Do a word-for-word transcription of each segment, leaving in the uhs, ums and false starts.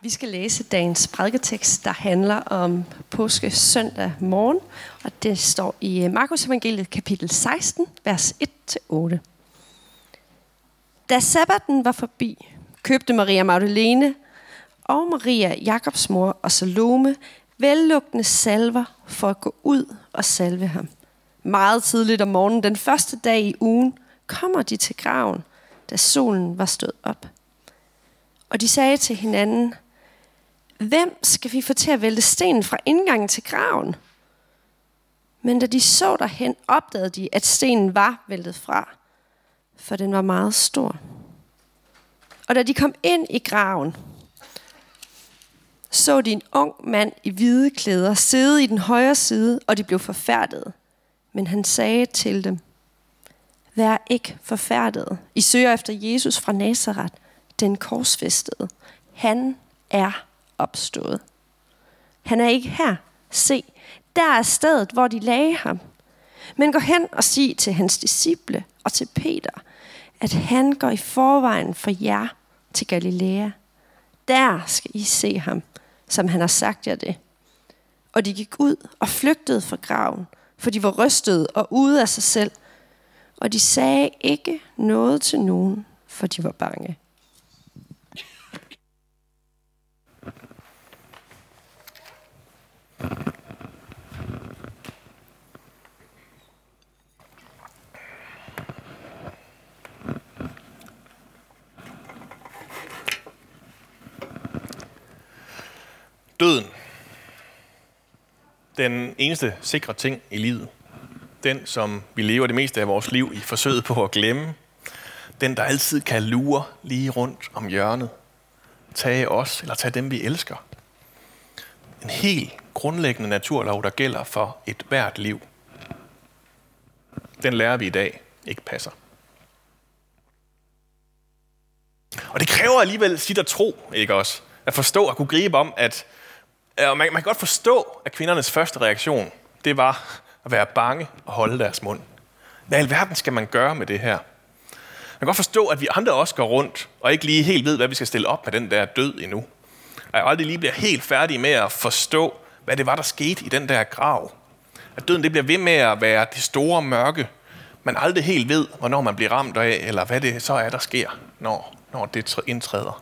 Vi skal læse dagens prædiketekst, der handler om påske søndag morgen, og det står i Markus evangeliet kapitel seksten, vers et til otte. Da sabbaten var forbi, købte Maria Magdalene og Maria, Jakobs mor og Salome, vellugtende salver for at gå ud og salve ham. Meget tidligt om morgenen, den første dag i ugen, kommer de til graven, da solen var stået op. Og de sagde til hinanden: Hvem skal vi få til at vælte stenen fra indgangen til graven? Men da de så derhen, opdagede de, at stenen var væltet fra, for den var meget stor. Og da de kom ind i graven, så de en ung mand i hvide klæder sidde i den højre side, og de blev forfærdede. Men han sagde til dem: Vær ikke forfærdede. I søger efter Jesus fra Nazaret, den korsfæstede. Han er opstået. Han er ikke her. Se, der er stedet, hvor de lagde ham. Men gå hen og sig til hans disciple og til Peter, at han går i forvejen for jer til Galilea. Der skal I se ham, som han har sagt jer det. Og de gik ud og flygtede fra graven, for de var rystede og ude af sig selv. Og de sagde ikke noget til nogen, for de var bange. Døden. Den eneste sikre ting i livet. Den, som vi lever det meste af vores liv i forsøget på at glemme. Den, der altid kan lure lige rundt om hjørnet. Tage os, eller tage dem, vi elsker. En helt grundlæggende naturlov, der gælder for et hvert liv. Den lærer vi i dag ikke passer. Og det kræver alligevel sit at tro, ikke også? At forstå og kunne gribe om, at man, man kan godt forstå, at kvindernes første reaktion, det var at være bange og holde deres mund. Hvad i alverden skal man gøre med det her? Man kan godt forstå, at vi andre også går rundt, og ikke lige helt ved, hvad vi skal stille op med den der død endnu. Og jeg aldrig lige bliver helt færdig med at forstå, hvad det var, der skete i den der grav. At døden det bliver ved med at være det store mørke, man aldrig helt ved, hvornår man bliver ramt af, eller hvad det så er, der sker, når, når det indtræder.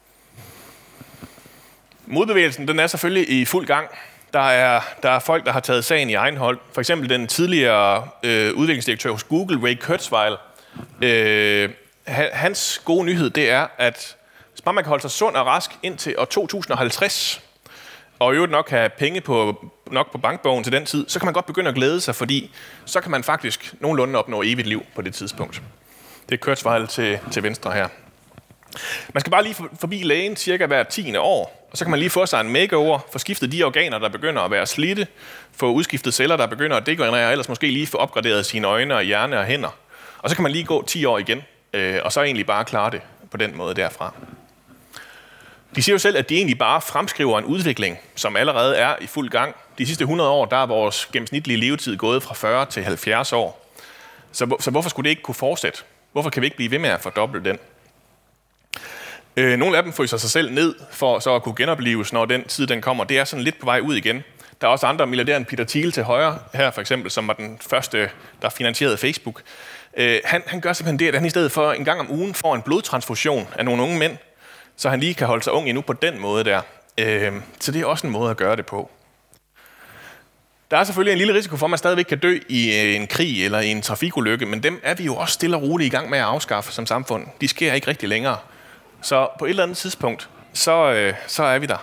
Modbevægelsen den er selvfølgelig i fuld gang. Der er, der er folk, der har taget sagen i egen hold. For eksempel den tidligere øh, udviklingsdirektør hos Google, Ray Kurzweil. Øh, hans gode nyhed det er, at hvis man kan holde sig sund og rask indtil år to tusind og halvtreds, og i øvrigt nok have penge på, nok på bankbogen til den tid, så kan man godt begynde at glæde sig, fordi så kan man faktisk nogenlunde opnå evigt liv på det tidspunkt. Det er Kurzweil til, til venstre her. Man skal bare lige forbi lægen cirka hver tiende år, og så kan man lige få sig en makeover, få skiftet de organer, der begynder at være slidte, få udskiftet celler, der begynder at degenerere, og ellers måske lige få opgraderet sine øjne og hjerne og hænder. Og så kan man lige gå ti år igen, øh, og så egentlig bare klare det på den måde derfra. De siger jo selv, at de egentlig bare fremskriver en udvikling, som allerede er i fuld gang. De sidste hundrede år, der er vores gennemsnitlige levetid gået fra fyrre til halvfjerds år. Så, så hvorfor skulle det ikke kunne fortsætte? Hvorfor kan vi ikke blive ved med at fordoble den? Øh, nogle af dem fryser sig selv ned for så at kunne genopleves, når den tid den kommer. Det er sådan lidt på vej ud igen. Der er også andre milliardærer, Peter Thiel til højre her for eksempel, som var den første, der finansierede Facebook. Øh, han, han gør simpelthen det, at han i stedet for en gang om ugen får en blodtransfusion af nogle unge mænd, så han lige kan holde sig ung endnu på den måde der. Øh, så det er også en måde at gøre det på. Der er selvfølgelig en lille risiko for, at man stadigvæk kan dø i en krig eller i en trafikulykke, men dem er vi jo også stille og roligt i gang med at afskaffe som samfund. De sker ikke rigtig længere. Så på et eller andet tidspunkt, så, øh, så er vi der.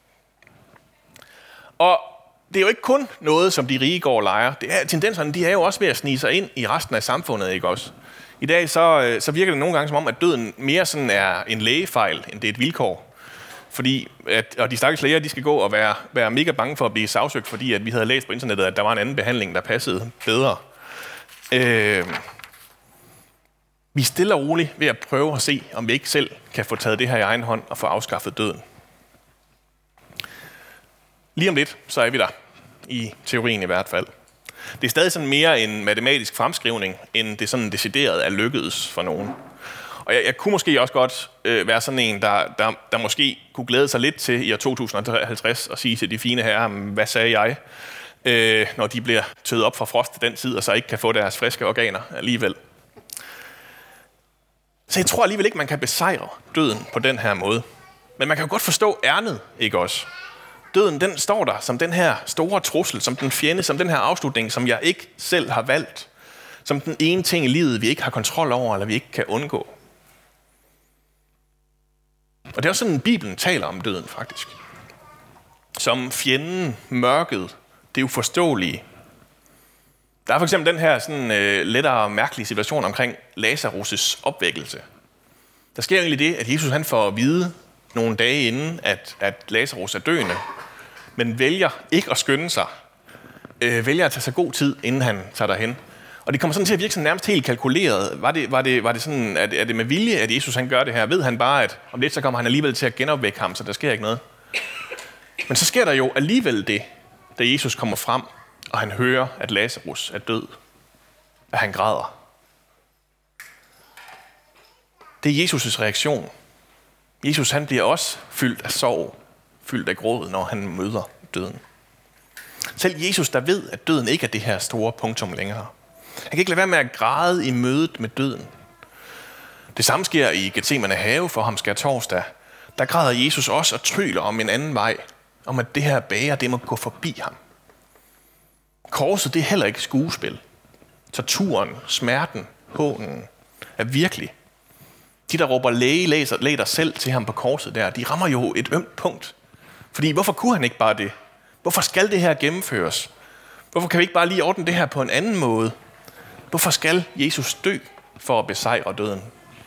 Og det er jo ikke kun noget, som de rige går og leger. Det er, tendenserne de er jo også ved at snige sig ind i resten af samfundet, ikke også? I dag så, øh, så virker det nogle gange som om, at døden mere sådan er en lægefejl, end det er et vilkår. Fordi, at, og de stakkels læger, de skal gå og være, være mega bange for at blive sagsøgt, fordi at vi havde læst på internettet, at der var en anden behandling, der passede bedre. Øh, Vi er stille og roligt ved at prøve at se, om vi ikke selv kan få taget det her i egen hånd og få afskaffet døden. Lige om lidt, så er vi der. I teorien i hvert fald. Det er stadig sådan mere en matematisk fremskrivning, end det sådan decideret er lykkedes for nogen. Og jeg, jeg kunne måske også godt øh, være sådan en, der, der, der måske kunne glæde sig lidt til i år to tusind og halvtreds og sige til de fine herrer, hvad sagde jeg, øh, når de bliver tøet op fra frost til den tid, og så ikke kan få deres friske organer alligevel. Så jeg tror alligevel ikke, man kan besejre døden på den her måde. Men man kan jo godt forstå ærnet, ikke også? Døden, den står der som den her store trussel, som den fjende, som den her afslutning, som jeg ikke selv har valgt. Som den ene ting i livet, vi ikke har kontrol over, eller vi ikke kan undgå. Og det er også sådan, Bibelen taler om døden, faktisk. Som fjenden, mørket, det uforståelige. Der er for eksempel den her sådan, øh, lettere mærkelige situation omkring Lazarus' opvækkelse. Der sker egentlig det, at Jesus han får at vide nogle dage inden, at, at Lazarus er døende, men vælger ikke at skynde sig. Øh, vælger at tage sig god tid, inden han tager derhen. Og det kommer sådan til at virke sådan nærmest helt kalkuleret. Var det, var det, var det sådan, er det, er det med vilje, at Jesus han gør det her? Ved han bare, at om lidt så kommer han alligevel til at genopvække ham, så der sker ikke noget? Men så sker der jo alligevel det, da Jesus kommer frem, og han hører, at Lazarus er død. At han græder. Det er Jesus' reaktion. Jesus han bliver også fyldt af sorg, fyldt af gråd, når han møder døden. Selv Jesus, der ved, at døden ikke er det her store punktum længere. Han kan ikke lade være med at græde i mødet med døden. Det samme sker i Getsemane have for ham skærtorsdag. Der græder Jesus også og tryler om en anden vej, om at det her bæger, det må gå forbi ham. Korset, det er heller ikke skuespil. Torturen, smerten, hånen er virkelig. De, der råber læge, læser, læg dig selv til ham på korset der, de rammer jo et ømt punkt. Fordi hvorfor kunne han ikke bare det? Hvorfor skal det her gennemføres? Hvorfor kan vi ikke bare lige ordne det her på en anden måde? Hvorfor skal Jesus dø for at besejre døden?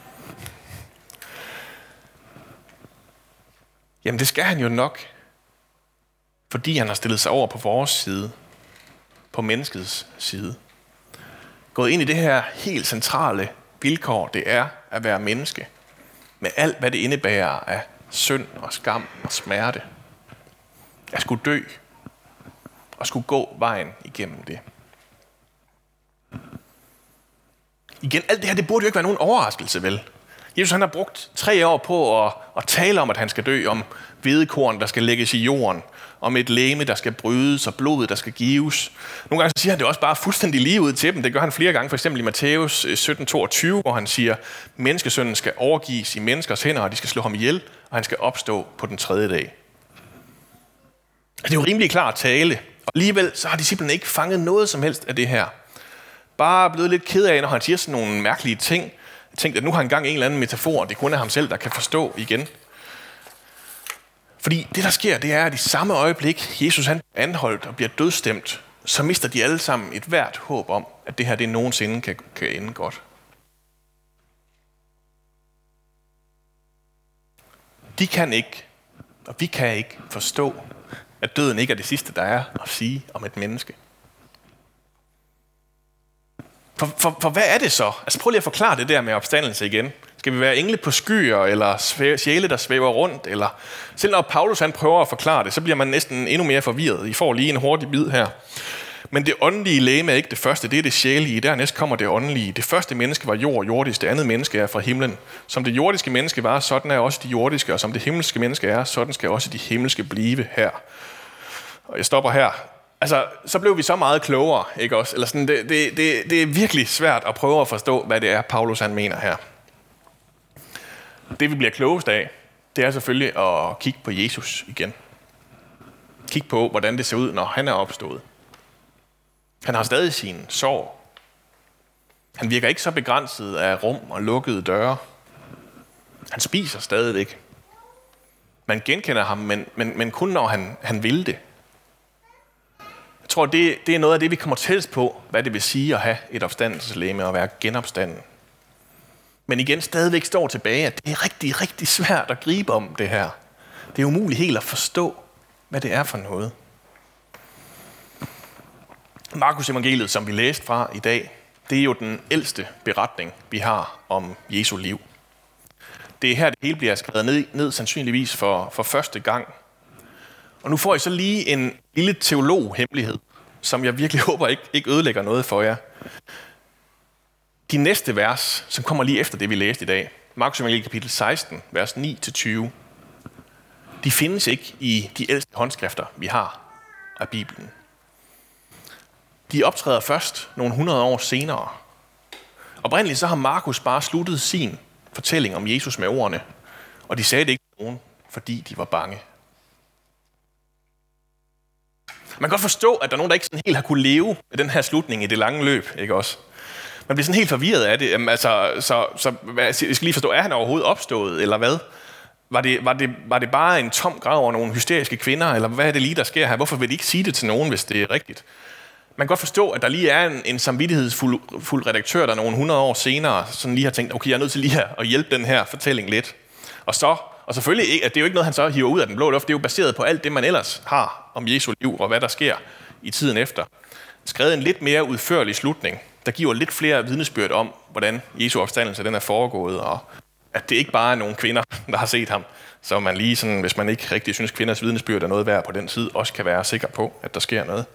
Jamen det skal han jo nok, fordi han har stillet sig over på vores side, på menneskets side. Gået ind i det her helt centrale vilkår, det er at være menneske. Med alt, hvad det indebærer af synd og skam og smerte. At skulle dø og skulle gå vejen igennem det. Igen, alt det her, det burde jo ikke være nogen overraskelse, vel? Jesus han har brugt tre år på at, at tale om, at han skal dø, om hvedekorn, der skal lægges i jorden, om et legeme, der skal brydes, og blodet, der skal gives. Nogle gange så siger han det også bare fuldstændig lige ud til dem. Det gør han flere gange, for eksempel i Matthæus sytten toogtyve, hvor han siger, menneskesønnen skal overgives i menneskers hænder, og de skal slå ham ihjel, og han skal opstå på den tredje dag. Det er jo rimelig klar tale, og alligevel så har disciplene ikke fanget noget som helst af det her. Bare blevet lidt ked af, når han siger sådan nogle mærkelige ting. Jeg tænkte, at nu har han engang en eller anden metafor, og det kun er ham selv, der kan forstå igen. Fordi det, der sker, det er, at i samme øjeblik, Jesus han anholdt og bliver dødsstemt, så mister de alle sammen et hvert håb om, at det her det nogensinde kan, kan ende godt. De kan ikke, og vi kan ikke forstå, at døden ikke er det sidste, der er at sige om et menneske. For, for, for hvad er det så? Altså prøv lige at forklare det der med opstandelse igen. Skal vi være engle på skyer, eller sjæle, der svæver rundt? Eller selv når Paulus han prøver at forklare det, så bliver man næsten endnu mere forvirret. I får lige en hurtig bid her. Men det åndelige legeme er ikke det første, det er det sjælige. Dernæst kommer det åndelige. Det første menneske var jord, jordisk. Det andet menneske er fra himlen. Som det jordiske menneske var, sådan er også de jordiske. Og som det himmelske menneske er, sådan skal også de himmelske blive her. Og jeg stopper her. Altså, så blev vi så meget klogere, ikke også? Eller sådan, det, det, det, det er virkelig svært at prøve at forstå, hvad det er, Paulus han mener her. Det vi bliver klogest af, det er selvfølgelig at kigge på Jesus igen. Kig på, hvordan det ser ud, når han er opstået. Han har stadig sin sorg. Han virker ikke så begrænset af rum og lukkede døre. Han spiser stadigvæk. Man genkender ham, men, men, men kun når han, han vil det. Jeg tror, det, det er noget af det, vi kommer tættest på, hvad det vil sige at have et opstandelseslegeme og være genopstanden. Men igen stadigvæk står tilbage, at det er rigtig, rigtig svært at gribe om det her. Det er umuligt helt at forstå, hvad det er for noget. Markus evangeliet, som vi læste fra i dag, det er jo den ældste beretning, vi har om Jesu liv. Det er her, det hele bliver skrevet ned, ned sandsynligvis for, for første gang. Og nu får I så lige en lille teolog-hemmelighed, som jeg virkelig håber ikke, ikke ødelægger noget for jer. De næste vers, som kommer lige efter det, vi læste i dag, Markus evangeliet kapitel seksten, vers ni til tyve, de findes ikke i de ældste håndskrifter, vi har af Bibelen. De optræder først nogle hundrede år senere. Oprindeligt så har Markus bare sluttet sin fortælling om Jesus med ordene, og de sagde det ikke til nogen, fordi de var bange. Man kan godt forstå, at der er nogen, der ikke sådan helt har kunne leve med den her slutning i det lange løb, ikke også? Man bliver sådan helt forvirret af det. Jamen, altså, så, så jeg skal lige forstå, er han overhovedet opstået, eller hvad? Var det, var, det, var det bare en tom grav over nogle hysteriske kvinder, eller hvad er det lige, der sker her? Hvorfor vil de ikke sige det til nogen, hvis det er rigtigt? Man kan godt forstå, at der lige er en, en samvittighedsfuld fuld redaktør, der nogle hundrede år senere sådan lige har tænkt, okay, jeg er nødt til lige at hjælpe den her fortælling lidt. Og så, og selvfølgelig ikke, at det er jo ikke noget, han så hiver ud af den blå luft. Det er jo baseret på alt det, man ellers har om Jesu liv og hvad der sker i tiden efter. Skrevet en lidt mere udførlig slutning, der giver lidt flere vidnesbyrd om, hvordan Jesu opstandelse den er foregået, og at det ikke bare er nogle kvinder, der har set ham, så man lige sådan, hvis man ikke rigtig synes, kvinders vidnesbyrd er noget værd på den tid, også kan være sikker på, at der sker noget.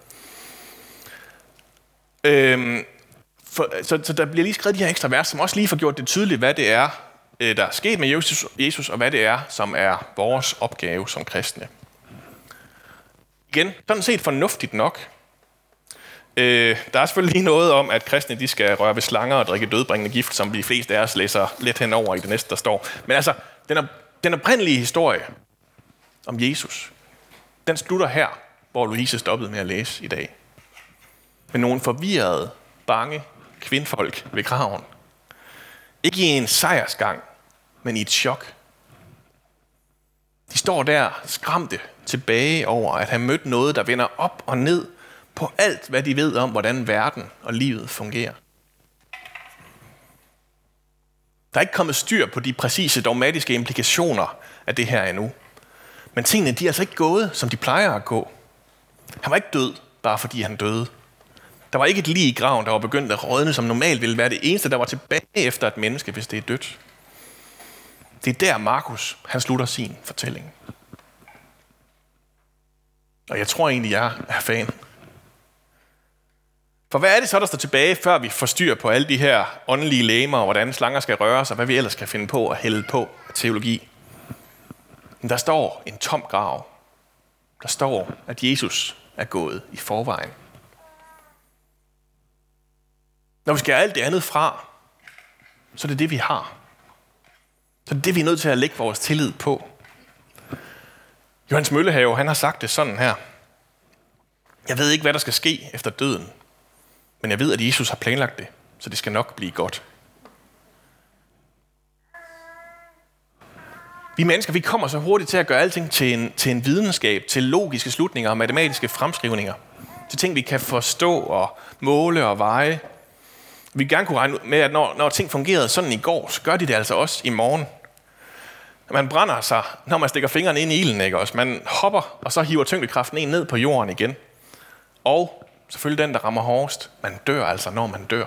Øhm, for, så, så der bliver lige skrevet de her ekstra vers, som også lige får gjort det tydeligt, hvad det er, der er sket med Jesus, Jesus, og hvad det er, som er vores opgave som kristne. Igen, sådan set fornuftigt nok. Øh, der er selvfølgelig lige noget om, at kristne de skal røre ved slanger og drikke dødbringende gift, som de fleste af os læser lidt henover i det næste, der står. Men altså, den, er, den oprindelige historie om Jesus, den slutter her, hvor Louise stoppede med at læse i dag. Med nogle forvirrede, bange kvindfolk ved graven. Ikke i en sejrsgang, men i et chok. De står der skræmte tilbage over at have mødt noget, der vender op og ned på alt, hvad de ved om, hvordan verden og livet fungerer. Der er ikke kommet styr på de præcise dogmatiske implikationer af det her endnu. Men tingene de er altså ikke gået, som de plejer at gå. Han var ikke død, bare fordi han døde. Der var ikke et lig i graven, der var begyndt at rådne, som normalt ville være det eneste, der var tilbage efter et menneske, hvis det er dødt. Det er der, Markus han slutter sin fortælling. Og jeg tror egentlig, jeg er fan. For hvad er det så, der står tilbage, før vi får styr på alle de her åndelige legemer, og hvordan slanger skal røres, og hvad vi ellers kan finde på at hælde på af teologi? Men der står en tom grav. Der står, at Jesus er gået i forvejen. Når vi skal have alt det andet fra, så er det det, vi har. Så er det det, vi er nødt til at lægge vores tillid på. Johannes Møllehave, han har sagt det sådan her. Jeg ved ikke, hvad der skal ske efter døden, men jeg ved, at Jesus har planlagt det, så det skal nok blive godt. Vi mennesker, vi kommer så hurtigt til at gøre alting til en, til en videnskab, til logiske slutninger og matematiske fremskrivninger. Til ting, vi kan forstå og måle og veje. Vi vil gerne kunne regne ud med, at når, når ting fungerede sådan i går, så gør de det altså også i morgen. Man brænder sig, når man stikker fingrene ind i ilden, ikke også? Man hopper, og så hiver tyngdekraften en ned på jorden igen. Og selvfølgelig den, der rammer hårdest. Man dør altså, når man dør.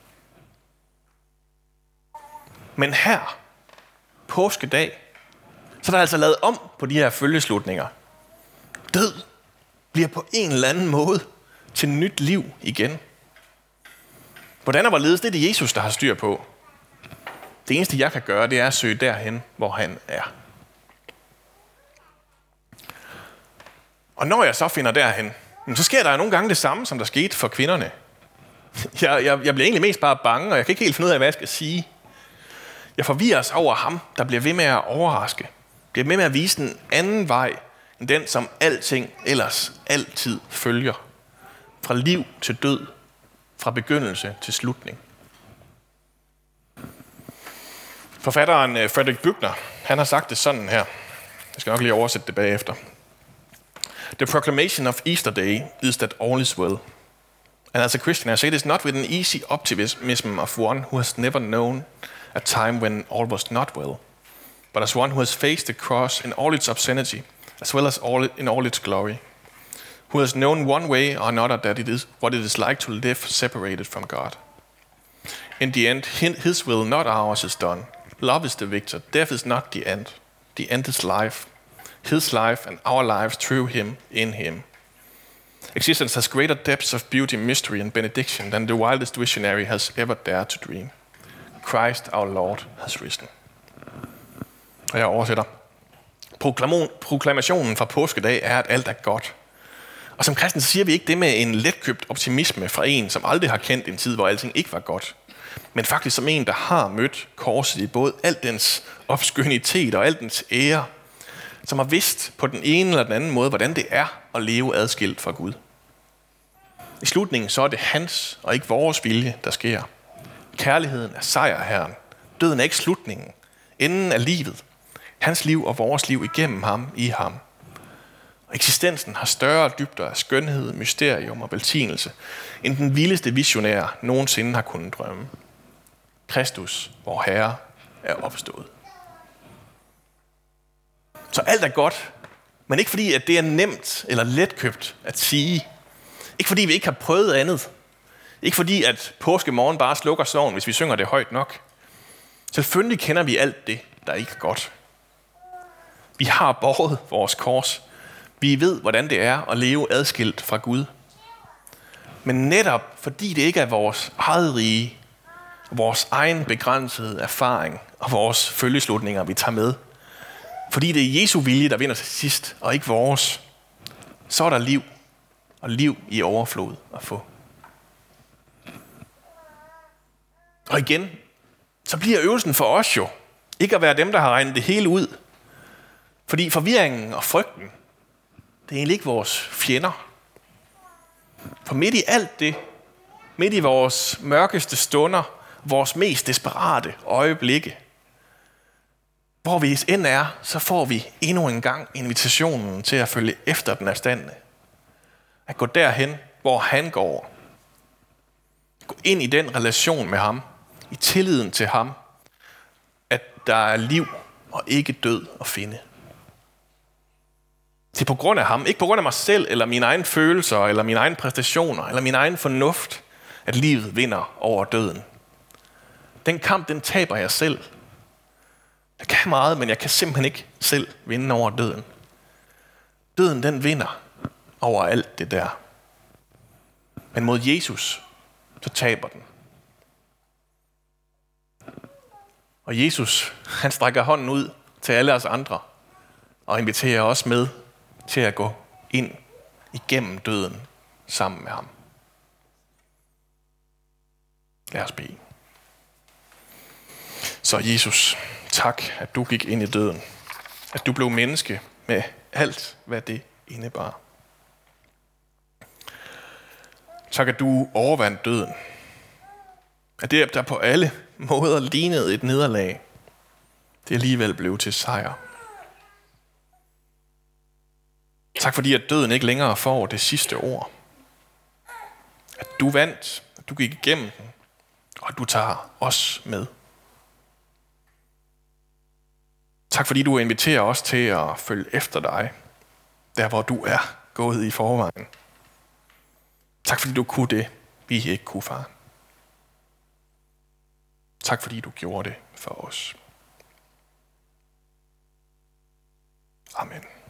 Men her, påskedag, så er der altså lavet om på de her følgeslutninger. Død bliver på en eller anden måde til nyt liv igen. Hvordan og hvorledes, det er det Jesus, der har styr på. Det eneste, jeg kan gøre, det er at søge derhen, hvor han er. Og når jeg så finder derhen, så sker der nogle gange det samme, som der skete for kvinderne. Jeg, jeg, jeg bliver egentlig mest bare bange, og jeg kan ikke helt finde ud af, hvad jeg skal sige. Jeg forvirres over ham, der bliver ved med at overraske. Bliver ved med at vise en anden vej, end den, som alting ellers altid følger. Fra liv til død. Fra begyndelse til slutning. Forfatteren Frederick Buechner, han har sagt det sådan her. Jeg skal nok lige oversætte det bagefter. The proclamation of Easter Day is that all is well. And as a Christian, I say this not with an easy optimism of one who has never known a time when all was not well, but as one who has faced the cross in all its obscenity, as well as all in all its glory, who has known one way or another that it is what it is like to live separated from God. In the end, his will, not ours, is done. Love is the victor. Death is not the end. The end is life. His life and our lives through him, in him. Existence has greater depths of beauty, mystery, and benediction than the wildest visionary has ever dared to dream. Christ our Lord has risen. Og jeg oversætter. Proklamationen fra påskedag er, at alt er godt. Og som kristen siger vi ikke det med en letkøbt optimisme fra en, som aldrig har kendt en tid, hvor alting ikke var godt. Men faktisk som en, der har mødt korset i både al dens obskønitet og al dens ære. Som har vidst på den ene eller den anden måde, hvordan det er at leve adskilt fra Gud. I slutningen så er det hans og ikke vores vilje, der sker. Kærligheden er sejrherren. Døden er ikke slutningen. Enden er livet. Hans liv og vores liv igennem ham, i ham. Og eksistensen har større dybder af skønhed, mysterium og velsignelse, end den vildeste visionær nogensinde har kunnet drømme. Kristus, vor Herre, er opstået. Så alt er godt, men ikke fordi, at det er nemt eller letkøbt at sige. Ikke fordi, vi ikke har prøvet andet. Ikke fordi, at påskemorgen bare slukker sorgen, hvis vi synger det højt nok. Selvfølgelig kender vi alt det, der ikke er godt. Vi har båret vores kors. Vi ved, hvordan det er at leve adskilt fra Gud. Men netop fordi det ikke er vores eget rige, vores egen begrænsede erfaring og vores følgeslutninger, vi tager med, fordi det er Jesu vilje, der vinder til sidst, og ikke vores, så er der liv, og liv i overflod at få. Og igen, så bliver øvelsen for os jo ikke at være dem, der har regnet det hele ud. Fordi forvirringen og frygten, det er egentlig ikke vores fjender. For midt i alt det, midt i vores mørkeste stunder, vores mest desperate øjeblikke, hvor vi end er, så får vi endnu en gang invitationen til at følge efter den erstandne. At gå derhen, hvor han går. Gå ind i den relation med ham, i tilliden til ham, at der er liv og ikke død at finde. Det er på grund af ham, ikke på grund af mig selv, eller mine egne følelser, eller mine egne præstationer, eller min egen fornuft, at livet vinder over døden. Den kamp, den taber jeg selv. Jeg kan meget, men jeg kan simpelthen ikke selv vinde over døden. Døden, den vinder over alt det der. Men mod Jesus, så taber den. Og Jesus, han strækker hånden ud til alle os andre, og inviterer os med til at gå ind igennem døden sammen med ham. Lad os bede. Så Jesus, tak, at du gik ind i døden. At du blev menneske med alt, hvad det indebar. Tak, at du overvandt døden. At det, der på alle måder lignede et nederlag, det alligevel blev til sejr. Tak fordi, at døden ikke længere får det sidste ord. At du vandt, at du gik igennem den, og at du tager os med. Tak fordi du inviterer os til at følge efter dig, der hvor du er gået i forvejen. Tak fordi du kunne det, vi ikke kunne, far. Tak fordi du gjorde det for os. Amen.